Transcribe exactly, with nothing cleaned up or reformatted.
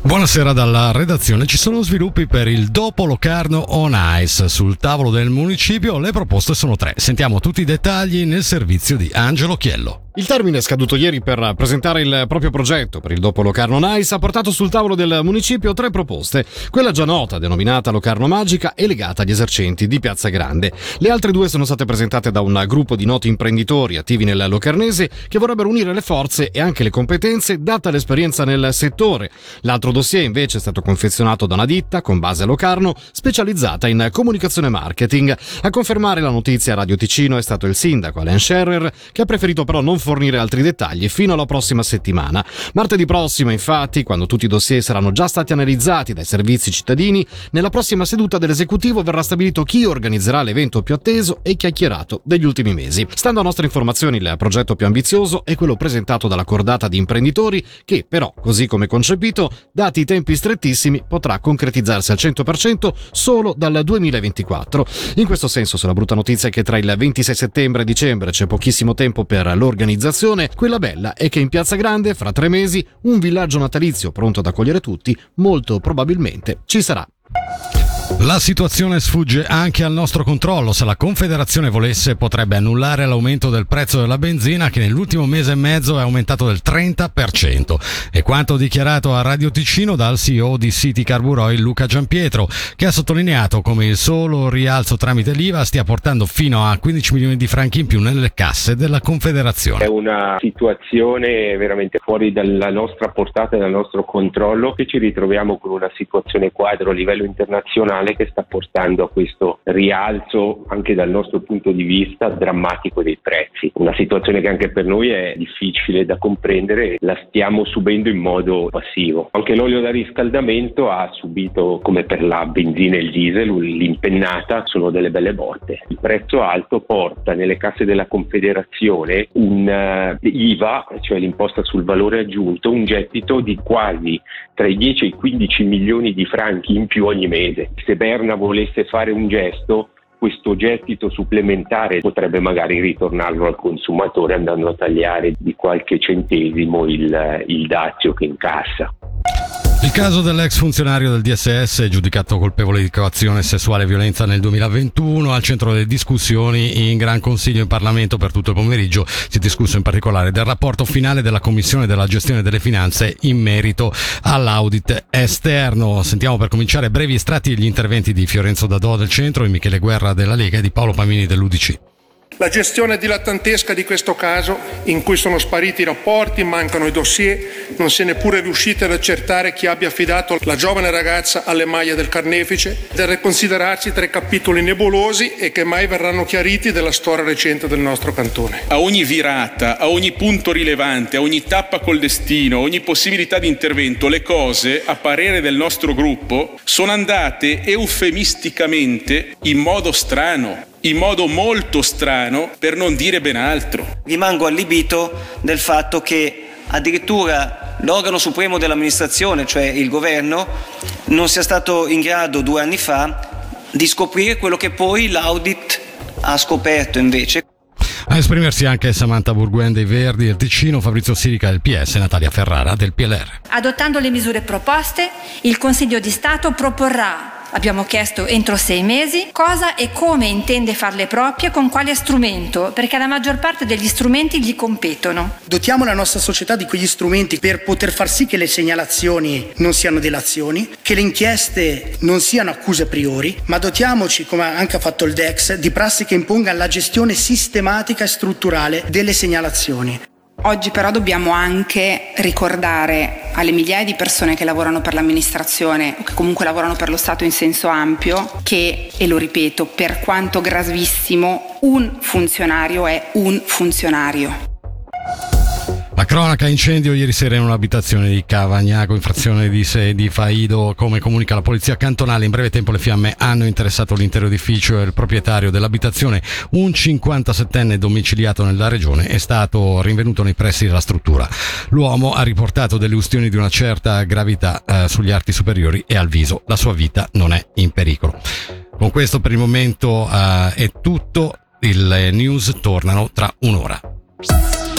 Buonasera dalla redazione. Ci sono sviluppi per il dopo Locarno on Ice. Sul tavolo del municipio le proposte sono tre. Sentiamo tutti i dettagli nel servizio di Angelo Chiello. Il termine è scaduto ieri per presentare il proprio progetto per il dopo Locarno on Ice ha portato sul tavolo del municipio tre proposte. Quella già nota, denominata Locarno Magica, è legata agli esercenti di Piazza Grande. Le altre due sono state presentate da un gruppo di noti imprenditori attivi nel Locarnese che vorrebbero unire le forze e anche le competenze data l'esperienza nel settore. L'altro dossier invece è stato confezionato da una ditta con base a Locarno specializzata in comunicazione e marketing. A confermare la notizia a Radio Ticino è stato il sindaco Alain Scherrer, che ha preferito però non fornire altri dettagli fino alla prossima settimana. Martedì prossimo, infatti, quando tutti i dossier saranno già stati analizzati dai servizi cittadini, nella prossima seduta dell'esecutivo verrà stabilito chi organizzerà l'evento più atteso e chiacchierato degli ultimi mesi. Stando a nostre informazioni, il progetto più ambizioso è quello presentato dalla cordata di imprenditori che, però, così come concepito, dati i tempi strettissimi, potrà concretizzarsi al cento per cento solo dal duemilaventiquattro. In questo senso, se la brutta notizia è che tra il ventisei settembre e dicembre c'è pochissimo tempo per l'organizzazione, quella bella è che in Piazza Grande, fra tre mesi, un villaggio natalizio pronto ad accogliere tutti, molto probabilmente ci sarà. La situazione sfugge anche al nostro controllo. Se la Confederazione volesse, potrebbe annullare l'aumento del prezzo della benzina, che nell'ultimo mese e mezzo è aumentato del trenta per cento. È quanto dichiarato a Radio Ticino dal C E O di City Carburoil Luca Giampietro, che ha sottolineato come il solo rialzo tramite l'I V A stia portando fino a quindici milioni di franchi in più nelle casse della Confederazione. È una situazione veramente fuori dalla nostra portata e dal nostro controllo, che ci ritroviamo con una situazione quadro a livello internazionale che sta portando a questo rialzo, anche dal nostro punto di vista, drammatico dei prezzi. Una situazione che anche per noi è difficile da comprendere, la stiamo subendo in modo passivo. Anche l'olio da riscaldamento ha subito, come per la benzina e il diesel, l'impennata, sono delle belle botte. Il prezzo alto porta nelle casse della Confederazione un uh, I V A, cioè l'imposta sul valore aggiunto, un gettito di quasi tra i dieci e i quindici milioni di franchi in più ogni mese. Se Berna volesse fare un gesto, questo gettito supplementare potrebbe magari ritornarlo al consumatore andando a tagliare di qualche centesimo il, il dazio che incassa. Il caso dell'ex funzionario del D S S giudicato colpevole di coazione sessuale e violenza nel duemilaventuno al centro delle discussioni in Gran Consiglio in Parlamento per tutto il pomeriggio. Si è discusso in particolare del rapporto finale della Commissione della gestione delle finanze in merito all'audit esterno. Sentiamo per cominciare brevi estratti degli interventi di Fiorenzo Dadò del Centro, di Michele Guerra della Lega e di Paolo Pamini dell'U D C. La gestione dilettantesca di questo caso, in cui sono spariti i rapporti, mancano i dossier, non si è neppure riusciti ad accertare chi abbia affidato la giovane ragazza alle maglie del carnefice, deve considerarsi tra i capitoli nebulosi e che mai verranno chiariti della storia recente del nostro cantone. A ogni virata, a ogni punto rilevante, a ogni tappa col destino, a ogni possibilità di intervento, le cose, a parere del nostro gruppo, sono andate eufemisticamente in modo strano. In modo molto strano, per non dire ben altro. Rimango allibito del fatto che addirittura l'organo supremo dell'amministrazione, cioè il governo, non sia stato in grado due anni fa di scoprire quello che poi l'audit ha scoperto invece. A esprimersi anche Samantha Burguen dei Verdi del Ticino, Fabrizio Sirica del P S e Natalia Ferrara del P L R. Adottando le misure proposte, il Consiglio di Stato proporrà, abbiamo chiesto entro sei mesi, cosa e come intende farle proprie, con quale strumento, perché la maggior parte degli strumenti gli competono. Dotiamo la nostra società di quegli strumenti per poter far sì che le segnalazioni non siano delazioni, che le inchieste non siano accuse a priori, ma dotiamoci, come anche ha fatto il D E X, di prassi che impongano la gestione sistematica e strutturale delle segnalazioni. Oggi però dobbiamo anche ricordare alle migliaia di persone che lavorano per l'amministrazione o che comunque lavorano per lo Stato in senso ampio che, e lo ripeto, per quanto gravissimo, un funzionario è un funzionario. La cronaca: incendio ieri sera in un'abitazione di Cavagnago, infrazione di, di Faido. Come comunica la polizia cantonale, in breve tempo le fiamme hanno interessato l'intero edificio e il proprietario dell'abitazione, un cinquantasettenne domiciliato nella regione, è stato rinvenuto nei pressi della struttura. L'uomo ha riportato delle ustioni di una certa gravità eh, sugli arti superiori e al viso. La sua vita non è in pericolo. Con questo per il momento eh, è tutto. Il news tornano tra un'ora.